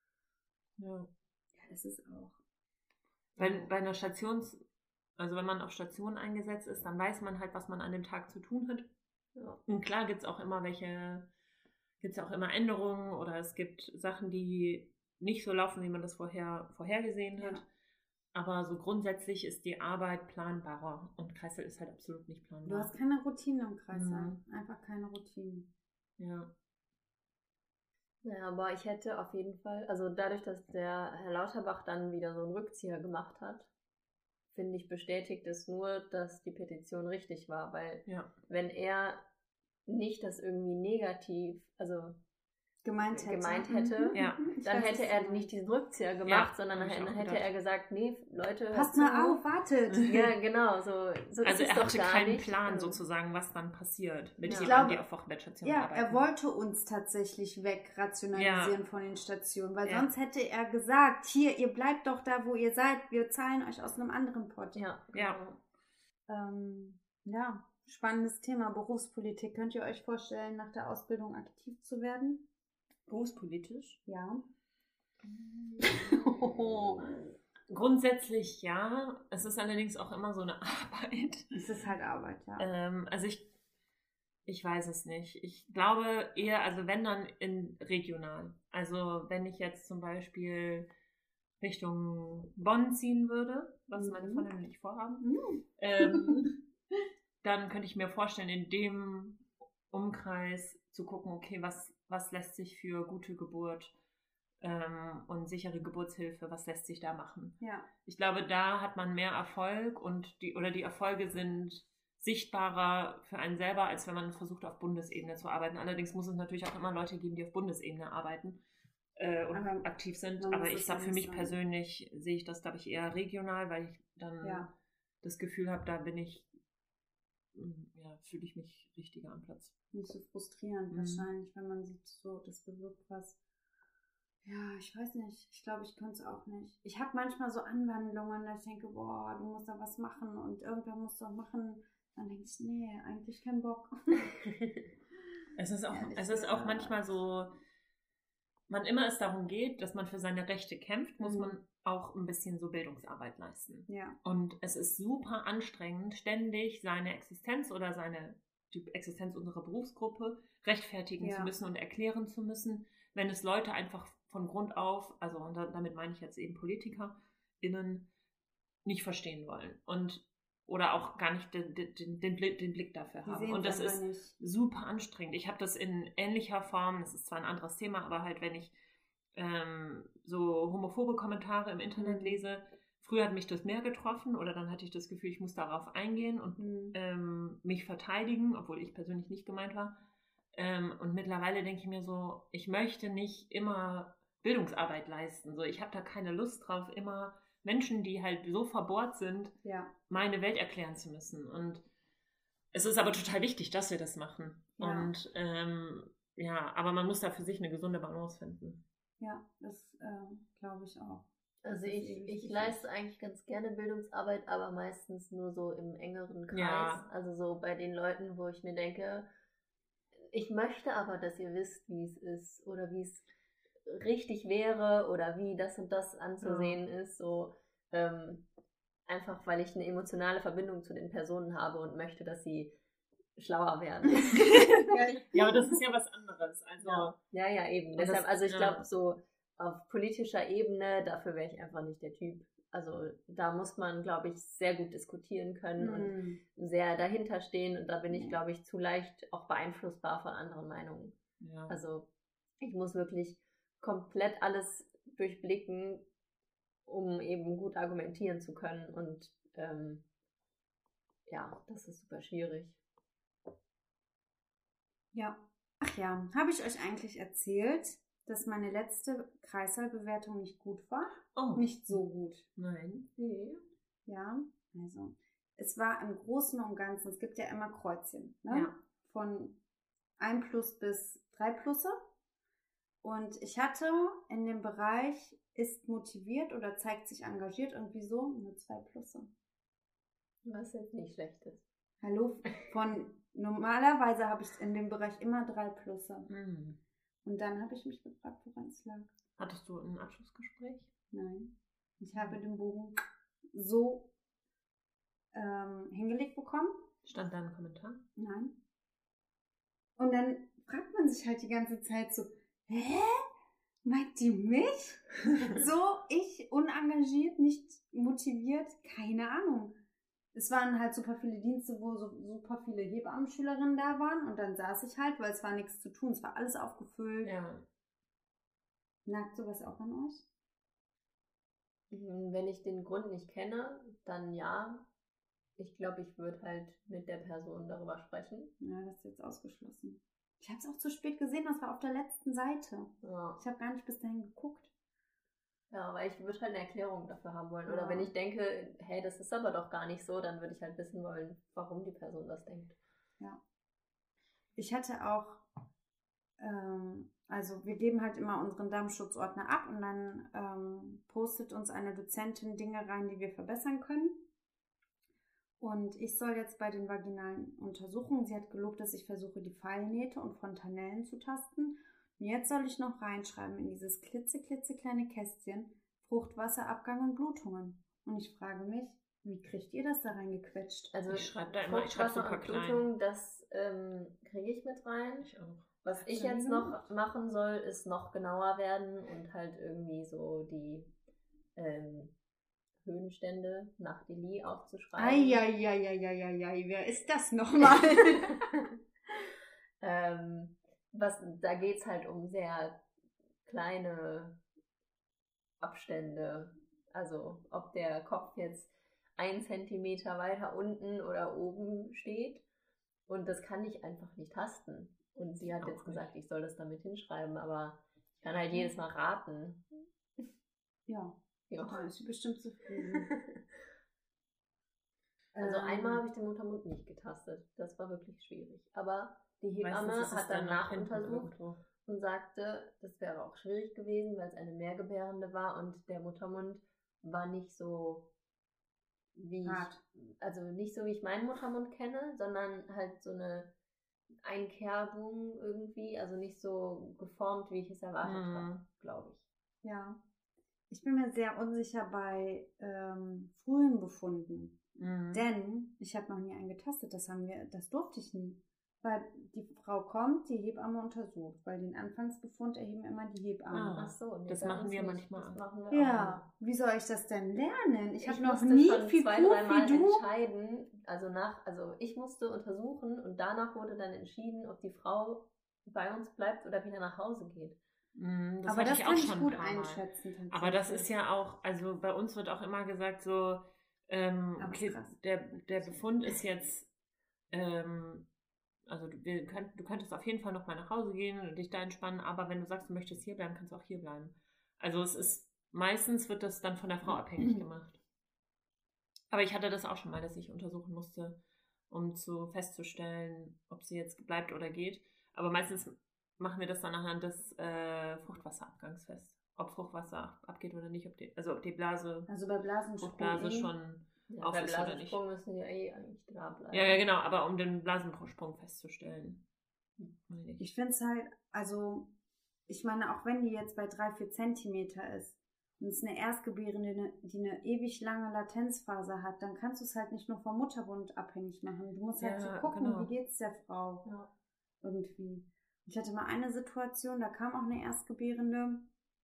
Ja, ja das ist auch. Weil bei einer Stations, also wenn man auf Station eingesetzt ist, dann weiß man halt, was man an dem Tag zu tun hat. Ja. Und klar gibt es auch immer welche, gibt es auch immer Änderungen oder es gibt Sachen, die nicht so laufen, wie man das vorher vorhergesehen hat. Ja. Aber so grundsätzlich ist die Arbeit planbarer und Kreißsaal ist halt absolut nicht planbar. Du hast keine Routine im Kreißsaal. Mhm. Einfach keine Routine. Ja. Ja, aber ich hätte auf jeden Fall, also dadurch, dass der Herr Lauterbach dann wieder so einen Rückzieher gemacht hat, finde ich, bestätigt es nur, dass die Petition richtig war, weil ja. wenn er nicht das irgendwie negativ, also gemeint hätte, gemeint hätte Mhm. Ja. Ich dann weiß, hätte was er du nicht meinst. diesen Rückzieher gemacht, Ja, sondern hab ich dann auch hätte gedacht. er gesagt, nee, Leute, hört Passt mal zu. auf, wartet. Ja, genau, so, so Also ist es er doch hatte gar keinen nicht. Plan Ähm, sozusagen, was dann passiert mit Ja. jemandem, Ich die auf Wochenbettstation Ja, arbeiten. er wollte uns tatsächlich wegrationalisieren Ja. von den Stationen, weil Ja. sonst hätte er gesagt, hier, ihr bleibt doch da, wo ihr seid, wir zahlen euch aus einem anderen Pott. Ja, Ja. genau. Ähm, ja, spannendes Thema, Berufspolitik. Könnt ihr euch vorstellen, nach der Ausbildung aktiv zu werden? Berufspolitisch? Ja. Grundsätzlich ja. Es ist allerdings auch immer so eine Arbeit. Es ist halt Arbeit, ja. Ähm, also ich, ich weiß es nicht. Ich glaube eher, also wenn dann in regional. Also wenn ich jetzt zum Beispiel Richtung Bonn ziehen würde, was Mhm. meine Freundin und ich vorhaben, Mhm. ähm, dann könnte ich mir vorstellen, in dem Umkreis zu gucken, okay, was, was lässt sich für gute Geburt ähm, und sichere Geburtshilfe, was lässt sich da machen? Ja. Ich glaube, da hat man mehr Erfolg und die oder die Erfolge sind sichtbarer für einen selber, als wenn man versucht, auf Bundesebene zu arbeiten. Allerdings muss es natürlich auch immer Leute geben, die auf Bundesebene arbeiten äh, und Aber aktiv sind. man Aber muss ich es sage, ja für nicht mich sein. persönlich sehe ich das, glaube ich, eher regional, weil ich dann Ja. das Gefühl habe, da bin ich, mm, ja, fühle ich mich richtiger am Platz. Nicht so frustrierend Mhm. wahrscheinlich, wenn man sieht, so, das bewirkt was. Ja, ich weiß nicht. Ich glaube, ich könnte es auch nicht. Ich habe manchmal so Anwandlungen, dass ich denke, boah, du musst da was machen und irgendwer muss doch machen. Dann denke ich, nee, eigentlich kein Bock. Es ist auch, Ehrlich es ist auch gesagt. manchmal so, wann immer es darum geht, dass man für seine Rechte kämpft, muss Mhm. man auch ein bisschen so Bildungsarbeit leisten. Ja, Und es ist super anstrengend, ständig seine Existenz oder seine die Existenz unserer Berufsgruppe rechtfertigen Ja. zu müssen und erklären zu müssen, wenn es Leute einfach von Grund auf, also und da- damit meine ich jetzt eben PolitikerInnen, nicht verstehen wollen und oder auch gar nicht den, den, den, Blick, den Blick dafür die haben. sehen Und es das einfach ist nicht. super anstrengend. Ich habe das in ähnlicher Form, das ist zwar ein anderes Thema, aber halt, wenn ich ähm, so homophobe Kommentare im Internet Mhm. lese, früher hat mich das mehr getroffen oder dann hatte ich das Gefühl, ich muss darauf eingehen und Mhm. ähm, mich verteidigen, obwohl ich persönlich nicht gemeint war. Ähm, und mittlerweile denke ich mir so, ich möchte nicht immer Bildungsarbeit leisten. So, ich habe da keine Lust drauf, immer Menschen, die halt so verbohrt sind, Ja, meine Welt erklären zu müssen. Und es ist aber total wichtig, dass wir das machen. Ja. Und ähm, ja, aber man muss da für sich eine gesunde Balance finden. ja, das äh, glaube ich auch. Also Das ist ich, eh wichtig. ich leiste eigentlich ganz gerne Bildungsarbeit, aber meistens nur so im engeren Kreis. Ja. Also so bei den Leuten, wo ich mir denke, ich möchte aber, dass ihr wisst, wie es ist oder wie es richtig wäre oder wie das und das anzusehen ist. So ähm, einfach, weil ich eine emotionale Verbindung zu den Personen habe und möchte, dass sie schlauer werden. Ja, aber das ist ja was anderes. Also Ja, ja, ja, eben. Und Deshalb, das- also ich ja. glaube, so auf politischer Ebene, dafür wäre ich einfach nicht der Typ. Also da muss man, glaube ich, sehr gut diskutieren können und Mhm. sehr dahinter stehen. Und da bin ich, Mhm. glaube ich, zu leicht auch beeinflussbar von anderen Meinungen. ja. Also ich muss wirklich komplett alles durchblicken, um eben gut argumentieren zu können. Und ähm, ja, das ist super schwierig. Ja. Ach ja, habe ich euch eigentlich erzählt, dass meine letzte Kreißsaalbewertung nicht gut war? Oh, Nicht so gut. nein. Nee. Ja, also es war im Großen und Ganzen, es gibt ja immer Kreuzchen, ne? Ja. Von ein Plus bis drei Plusse. Und ich hatte in dem Bereich ist motiviert oder zeigt sich engagiert und wieso nur zwei Plusse. Was jetzt nicht schlecht ist. Hallo, von normalerweise habe ich in dem Bereich immer drei Plusse. Hm. Und dann habe ich mich gefragt, woran es lag. Hattest du ein Abschlussgespräch? Nein, ich habe den Bogen so ähm, hingelegt bekommen. Stand da ein Kommentar? Nein. Und dann fragt man sich halt die ganze Zeit so, hä? Meint die mich? So, ich unengagiert, nicht motiviert, keine Ahnung. Es waren halt super viele Dienste, wo so super viele Hebammenschülerinnen da waren und dann saß ich halt, weil es war nichts zu tun, es war alles aufgefüllt. Ja. Nagt sowas auch an euch? Wenn ich den Grund nicht kenne, dann ja. Ich glaube, ich würde halt mit der Person darüber sprechen. Ja, das ist jetzt ausgeschlossen. Ich habe es auch zu spät gesehen, das war auf der letzten Seite. Ja. Ich habe gar nicht bis dahin geguckt. Ja, weil ich würde halt eine Erklärung dafür haben wollen. Ja. Oder wenn ich denke, hey, das ist aber doch gar nicht so, dann würde ich halt wissen wollen, warum die Person das denkt. Ja. Ich hatte auch, ähm, also wir geben halt immer unseren Darmschutzordner ab und dann ähm, postet uns eine Dozentin Dinge rein, die wir verbessern können. Und ich soll jetzt bei den vaginalen Untersuchungen, sie hat gelobt, dass ich versuche, die Pfeilnähte und Fontanellen zu tasten. Und jetzt soll ich noch reinschreiben in dieses klitze, klitze kleine Kästchen Fruchtwasserabgang und Blutungen. Und ich frage mich, wie kriegt ihr das da reingequetscht? Also ich schreibe da immer, ich schreibe super klein. Blutung, das ähm, kriege ich mit rein. Ich auch. Was ich jetzt noch machen soll, ist noch genauer werden und halt irgendwie so die ähm, Höhenstände nach Delis aufzuschreiben. Eieieiei, wer ist das nochmal? ähm, was, da geht es halt um sehr kleine Abstände. Also ob der Kopf jetzt ein Zentimeter weiter unten oder oben steht. Und das kann ich einfach nicht tasten. Und sie hat Auch jetzt nicht. gesagt, ich soll das damit hinschreiben, aber ich kann halt jedes Mal raten. Ja, Ja. da ist sie bestimmt zufrieden. Also Ähm, einmal habe ich den Muttermund nicht getastet. Das war wirklich schwierig. Aber die Meistens Hebamme ist es hat dann danach hinten untersucht irgendwo. und sagte, das wäre auch schwierig gewesen, weil es eine Mehrgebärende war und der Muttermund war nicht so wie Hart. ich, also nicht so wie ich meinen Muttermund kenne, sondern halt so eine Einkerbung irgendwie, also nicht so geformt, wie ich es erwartet Mhm. habe, glaube ich. Ja, ich bin mir sehr unsicher bei ähm, frühen Befunden. Mhm. Denn ich habe noch nie einen getastet, das haben wir, das durfte ich nie. Weil die Frau kommt, die Hebamme untersucht, weil den Anfangsbefund erheben immer die Hebammen. Ah, Ach so, nee, das bei machen uns wir nicht. manchmal Das auch. machen wir Ja, auch wie soll ich das denn lernen? Ich, Ich habe noch musste nie schon viel zwei, Proof dreimal wie du. entscheiden, also nach, also ich musste untersuchen und danach wurde dann entschieden, ob die Frau bei uns bleibt oder wieder nach Hause geht. Mhm, das Aber hatte das ich kann auch ich schon gut ein paar Mal. einschätzen. Aber das tatsächlich. ist ja auch, also bei uns wird auch immer gesagt so, ähm, Aber okay, ist krass. der, der Befund ist jetzt, ähm, also du, wir könnt, du könntest auf jeden Fall noch mal nach Hause gehen und dich da entspannen, aber wenn du sagst, du möchtest hier bleiben, kannst du auch hier bleiben. Also es ist, meistens wird das dann von der Frau abhängig gemacht. Aber ich hatte das auch schon mal, dass ich untersuchen musste, um zu festzustellen, ob sie jetzt bleibt oder geht. Aber meistens machen wir das dann anhand des äh, Fruchtwasserabgangs fest. Ob Fruchtwasser abgeht oder nicht, ob die, also ob die Blase, Also bei Blasensprung Fruchtblase eh. schon Ja, auf bei ist oder nicht. Blasensprung müssen wir eh eigentlich dranbleiben. Ja, ja, genau, aber um den Blasenprung festzustellen. Meine ich. Ich finde es halt, also, ich meine, auch wenn die jetzt bei drei, vier Zentimeter ist und es ist eine Erstgebärende, die eine ewig lange Latenzphase hat, dann kannst du es halt nicht nur vom Mutterbund abhängig machen. Du musst halt Ja, so gucken, genau. wie geht's der Frau Ja. irgendwie. Ich hatte mal eine Situation, da kam auch eine Erstgebärende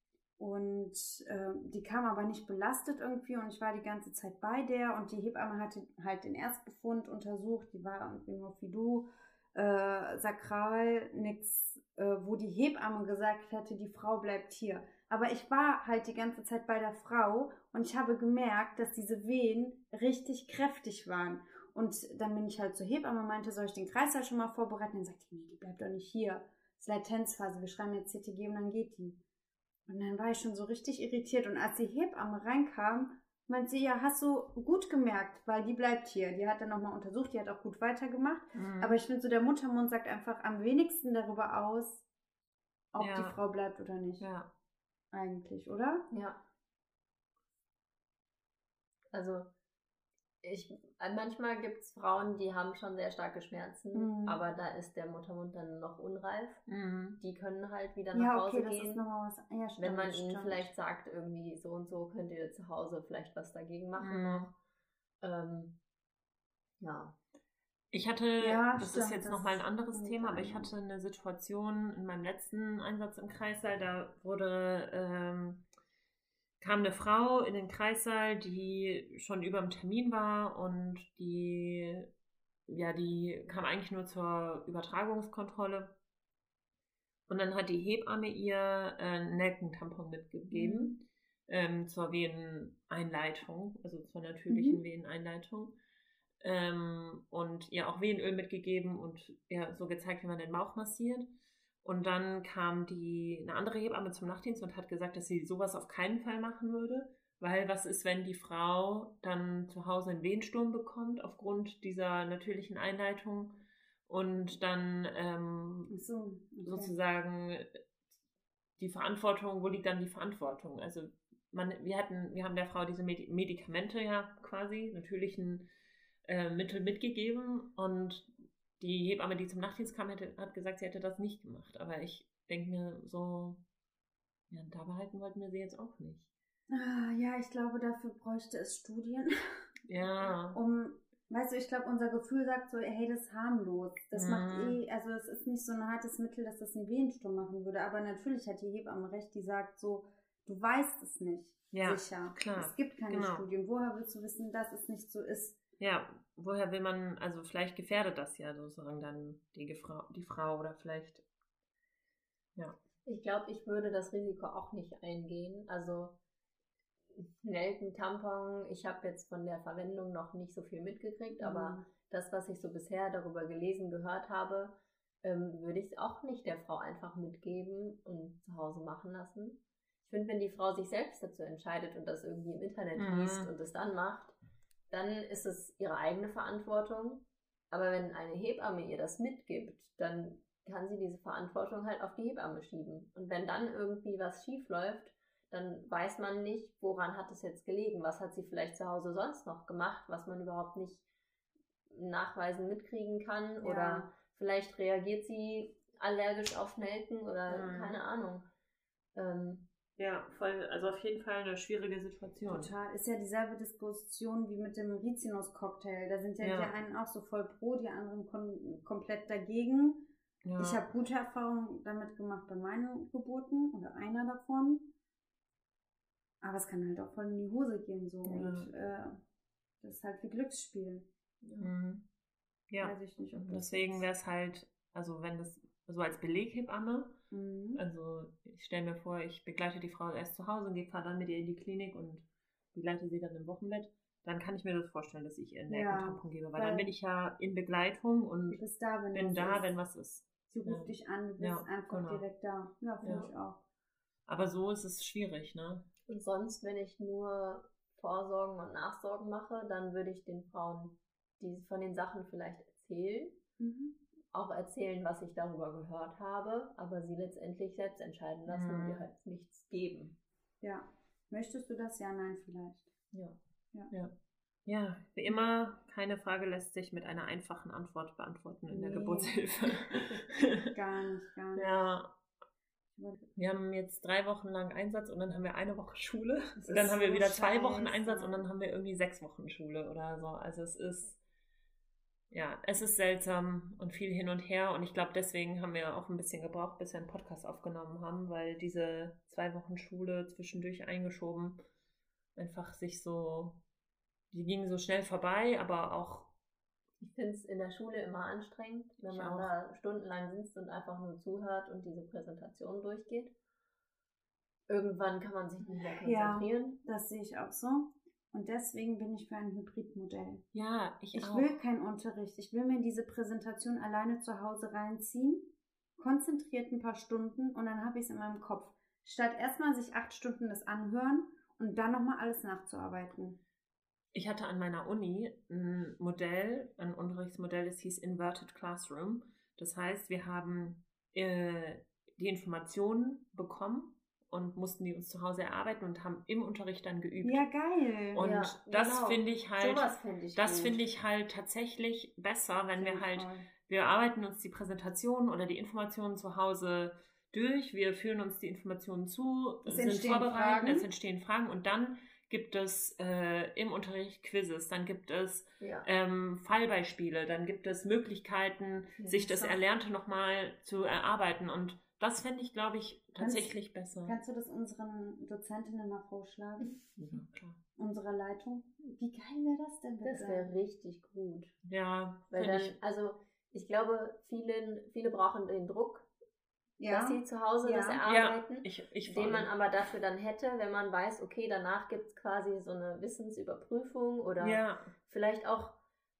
und äh, die kam aber nicht belastet irgendwie und ich war die ganze Zeit bei der und die Hebamme hatte halt den Erstbefund untersucht, die war irgendwie nur Fidu, äh, sakral, nix, äh, wo die Hebamme gesagt hätte, die Frau bleibt hier. Aber ich war halt die ganze Zeit bei der Frau und ich habe gemerkt, dass diese Wehen richtig kräftig waren. Und dann bin ich halt zur Hebamme, meinte, soll ich den Kreislauf schon mal vorbereiten? Dann sagte die, nee, die bleibt doch nicht hier. Das ist Latenzphase, wir schreiben jetzt C T G und dann geht die. Und dann war ich schon so richtig irritiert. Und als die Hebamme reinkam, meinte sie, ja, hast du gut gemerkt, weil die bleibt hier. Die hat dann nochmal untersucht, die hat auch gut weitergemacht. Mhm. Aber ich finde so, der Muttermund sagt einfach am wenigsten darüber aus, ob Ja. die Frau bleibt oder nicht. Ja. Eigentlich, oder? Ja. Also, ich, manchmal gibt es Frauen, die haben schon sehr starke Schmerzen, Mhm. aber da ist der Muttermund dann noch unreif. Mhm. Die können halt wieder nach Ja, Hause okay, das gehen. ist nochmal was. Ja, stimmt, Wenn man ihnen stimmt. vielleicht sagt, irgendwie so und so könnt ihr zu Hause vielleicht was dagegen machen Mhm. noch. Ähm, ja. Ich hatte, Ja, das stimmt, ist jetzt das nochmal ein ist anderes ein Thema, guter aber ich Einwand. hatte eine Situation in meinem letzten Einsatz im Kreissaal, da wurde, ähm, kam eine Frau in den Kreissaal, die schon über dem Termin war und die, ja, die kam eigentlich nur zur Übertragungskontrolle. Und dann hat die Hebamme ihr äh, einen Nelkentampon mitgegeben Mhm. ähm, zur Veneneinleitung, also zur natürlichen Mhm. Veneneinleitung. ähm, und ihr auch Wehenöl mitgegeben und ihr so gezeigt, wie man den Bauch massiert. Und dann kam die eine andere Hebamme zum Nachtdienst und hat gesagt, dass sie sowas auf keinen Fall machen würde, weil was ist, wenn die Frau dann zu Hause einen Wehensturm bekommt aufgrund dieser natürlichen Einleitung und dann ähm, so, okay. sozusagen die Verantwortung, wo liegt dann die Verantwortung? Also man, wir hatten, wir haben der Frau diese Medi- Medikamente ja quasi, natürlichen äh, Mittel mitgegeben und die Hebamme, die zum Nachtdienst kam, hätte, hat gesagt, sie hätte das nicht gemacht. Aber ich denke mir so, ja, da behalten wollten wir sie jetzt auch nicht. Ah, ja, ich glaube, dafür bräuchte es Studien. Ja. Um, weißt du, ich glaube, unser Gefühl sagt so, hey, das ist harmlos. Das Mhm. macht eh, also es ist nicht so ein hartes Mittel, dass das einen Wehensturm machen würde. Aber natürlich hat die Hebamme recht, die sagt so, du weißt es nicht Ja, sicher. klar, Es gibt keine genau. Studien. Woher willst du wissen, dass es nicht so ist? Ja, woher will man, also vielleicht gefährdet das ja sozusagen dann die, Frau, die Frau oder vielleicht, ja. Ich glaube, ich würde das Risiko auch nicht eingehen. Also Nelken-Tampon, ich habe jetzt von der Verwendung noch nicht so viel mitgekriegt, Mhm. aber das, was ich so bisher darüber gelesen, gehört habe, ähm, würde ich es auch nicht der Frau einfach mitgeben und zu Hause machen lassen. Ich finde, wenn die Frau sich selbst dazu entscheidet und das irgendwie im Internet Mhm. liest und es dann macht, dann ist es ihre eigene Verantwortung. Aber wenn eine Hebamme ihr das mitgibt, dann kann sie diese Verantwortung halt auf die Hebamme schieben. Und wenn dann irgendwie was schief läuft, dann weiß man nicht, woran hat es jetzt gelegen. Was hat sie vielleicht zu Hause sonst noch gemacht, was man überhaupt nicht nachweisen mitkriegen kann. Ja. Oder vielleicht reagiert sie allergisch auf Nelken oder Mhm. keine Ahnung. Ähm, Ja, voll, also auf jeden Fall eine schwierige Situation. Total. Ist ja dieselbe Disposition wie mit dem Rizinus-Cocktail. Da sind ja, Ja. die einen auch so voll pro, die anderen kon- komplett dagegen. Ja. Ich habe gute Erfahrungen damit gemacht bei meinen Geburten oder einer davon. Aber es kann halt auch voll in die Hose gehen so. Ja. Und äh, das ist halt wie Glücksspiel. Mhm. Ja, Weiß ich nicht, ob und das deswegen jetzt- wäre es halt, also wenn das so als Beleghebamme, Mhm. also ich stelle mir vor, ich begleite die Frau erst zu Hause und gehe fahre dann mit ihr in die Klinik und begleite sie dann im Wochenbett, dann kann ich mir das vorstellen, dass ich ihr einen Ja, Nelkentampon gebe, weil weil- dann bin ich ja in Begleitung und Du bist da, wenn bin was da, ist. wenn was ist. Sie ruft Ja. dich an, du bist Ja, einfach genau. direkt da. Ja, finde Ja. ich auch. Aber so ist es schwierig, ne? Und sonst, wenn ich nur Vorsorgen und Nachsorgen mache, dann würde ich den Frauen die von den Sachen vielleicht erzählen, Mhm. auch erzählen, was ich darüber gehört habe, aber sie letztendlich selbst entscheiden lassen Mhm. und ihr halt nichts geben. Ja. Möchtest du das? Ja, nein, vielleicht. Ja. Ja. Ja, wie immer, keine Frage lässt sich mit einer einfachen Antwort beantworten in der Nee. Geburtshilfe. Gar nicht, gar nicht. Ja, wir haben jetzt drei Wochen lang Einsatz und dann haben wir eine Woche Schule. Das Und dann ist haben wir so wieder zwei scheiße. Wochen Einsatz und dann haben wir irgendwie sechs Wochen Schule oder so. Also es ist, ja, es ist seltsam und viel hin und her. Und ich glaube, deswegen haben wir auch ein bisschen gebraucht, bis wir einen Podcast aufgenommen haben, weil diese zwei Wochen Schule zwischendurch eingeschoben einfach sich so, die gingen so schnell vorbei, aber auch, Ich finde es in der Schule immer anstrengend, wenn Ich man auch. da stundenlang sitzt und einfach nur zuhört und diese Präsentation durchgeht. Irgendwann kann man sich nicht mehr Ja. konzentrieren. Das sehe ich auch so. Und deswegen bin ich für ein Hybridmodell. ja, ich, Ich auch. will keinen Unterricht. Ich will mir diese Präsentation alleine zu Hause reinziehen, konzentriert ein paar Stunden und dann habe ich es in meinem Kopf. Statt erstmal sich acht Stunden das anhören und dann nochmal alles nachzuarbeiten. Ich hatte an meiner Uni ein Modell, ein Unterrichtsmodell, das hieß Inverted Classroom. Das heißt, wir haben äh, die Informationen bekommen und mussten die uns zu Hause erarbeiten und haben im Unterricht dann geübt. Ja, geil. Und Ja, das genau. finde ich halt, Sowas finde ich das gut. finde ich halt tatsächlich besser, wenn wir halt, Voll. wir arbeiten uns die Präsentationen oder die Informationen zu Hause durch, wir führen uns die Informationen zu, Es sind entstehen vorbereitet, Fragen. es entstehen Fragen und dann gibt es äh, im Unterricht Quizzes, dann gibt es Ja. ähm, Fallbeispiele, dann gibt es Möglichkeiten, Ja, sich das so. Erlernte nochmal zu erarbeiten und das fände ich, glaube ich, tatsächlich besser. Kannst du das unseren Dozentinnen mal vorschlagen? Ja, klar. Unserer Leitung? Wie geil wäre das denn bitte? Das wäre richtig gut. Ja, Weil finde dann, ich. also ich glaube, vielen, viele brauchen den Druck, ja. dass sie zu Hause Ja. das Ja, erarbeiten. Ich, ich den man vor aber dafür dann hätte, wenn man weiß, okay, danach gibt es quasi so eine Wissensüberprüfung oder allem. Ja, vielleicht auch,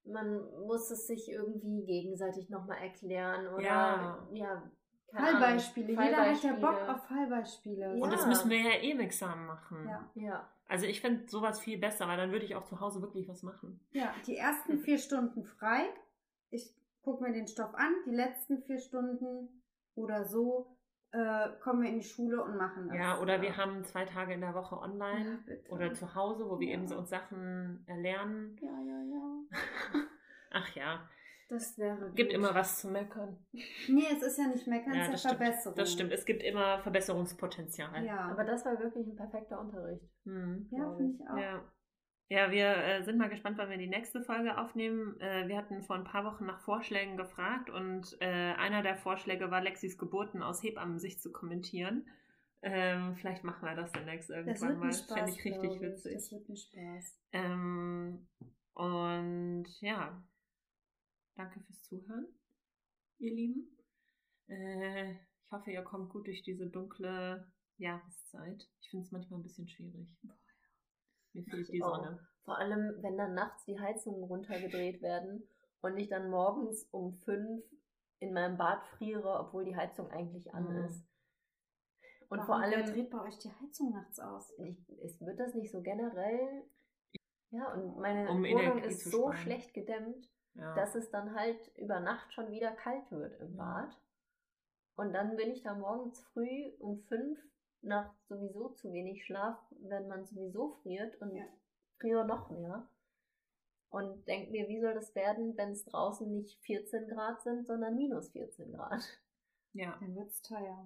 man muss es sich irgendwie gegenseitig nochmal erklären oder Ja. ja Fallbeispiele. Jeder hat ja Fallbeispiele. Bock auf Fallbeispiele. Ja. Und das müssen wir ja eh im Examen machen. Ja. Ja. Also ich finde sowas viel besser, weil dann würde ich auch zu Hause wirklich was machen. Ja, die ersten vier Stunden frei. Ich gucke mir den Stoff an. Die letzten vier Stunden oder so äh, kommen wir in die Schule und machen das. Ja, oder wir haben zwei Tage in der Woche online Ja, bitte. oder zu Hause, wo wir Ja. eben so uns Sachen erlernen. Ja, ja, ja. Ach ja, Das wäre gibt gut. immer was zu meckern. Nee, es ist ja nicht meckern, Ja, es das ist ja stimmt. Verbesserung. Das stimmt. Es gibt immer Verbesserungspotenzial. Ja, Aber das war wirklich ein perfekter Unterricht. Hm. ja glaub finde ich. ich auch. Ja. Ja, wir äh, sind mal gespannt, wann wir die nächste Folge aufnehmen. Äh, wir hatten vor ein paar Wochen nach Vorschlägen gefragt und äh, einer der Vorschläge war, Lexis Geburten aus Hebammensicht zu kommentieren. Ähm, vielleicht machen wir das demnächst Das irgendwann wird mal. ein Das Spaß, fände ich richtig glaub ich. witzig. Das wird ein Spaß. Ähm, und ja, danke fürs Zuhören, ihr Lieben. Äh, ich hoffe, ihr kommt gut durch diese dunkle Jahreszeit. Ich finde es manchmal ein bisschen schwierig. Mir fehlt die auch. Sonne. Vor allem, wenn dann nachts die Heizungen runtergedreht werden und ich dann morgens um fünf in meinem Bad friere, obwohl die Heizung eigentlich an Mhm. ist. Und Warum, vor allem, wer dreht bei euch die Heizung nachts aus? ich, es wird das nicht so generell. Ja, und meine Um Wohnung Energie ist zu so sparen. schlecht gedämmt, Ja. dass es dann halt über Nacht schon wieder kalt wird im Ja. Bad. Und dann bin ich da morgens früh um fünf nach sowieso zu wenig Schlaf, wenn man sowieso friert und Ja. friere noch mehr. Und denke mir, wie soll das werden, wenn es draußen nicht vierzehn Grad sind, sondern minus vierzehn Grad. ja. Dann wird es teuer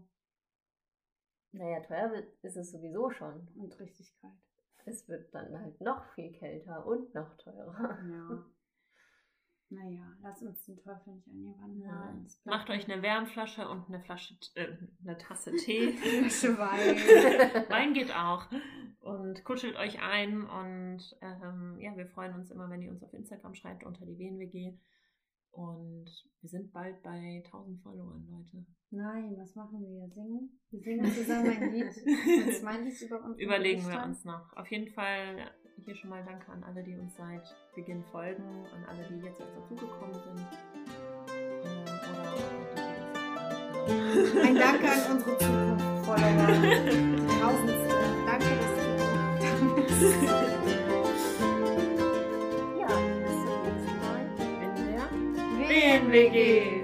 Naja, teuer wird, ist es sowieso schon. und richtig kalt. Es wird dann halt noch viel kälter und noch teurer. Ja. Naja, lass uns den Teufel nicht an die Wand Ja. malen. Es bleibt Macht euch eine Wärmflasche und eine Flasche, äh, eine Tasse Tee. Flasche Wein. Wein geht auch. Und kuschelt euch ein. Und ähm, ja, wir freuen uns immer, wenn ihr uns auf Instagram schreibt unter die W N W G. Und wir sind bald bei tausend Followern, Leute. Nein, was machen wir? Singen? Wir singen zusammen ein Lied. Was mein Lied über uns? Überlegen wir uns noch. Auf jeden Fall hier schon mal danke an alle, die uns seit Beginn folgen, an alle, die jetzt erst dazugekommen sind. Ähm, oder auch die, die uns Ein Danke an unsere Zukunft-Follower. Tausendste. Danke, dass du da bist. Ja, bis zum nächsten Mal. in der W N W G.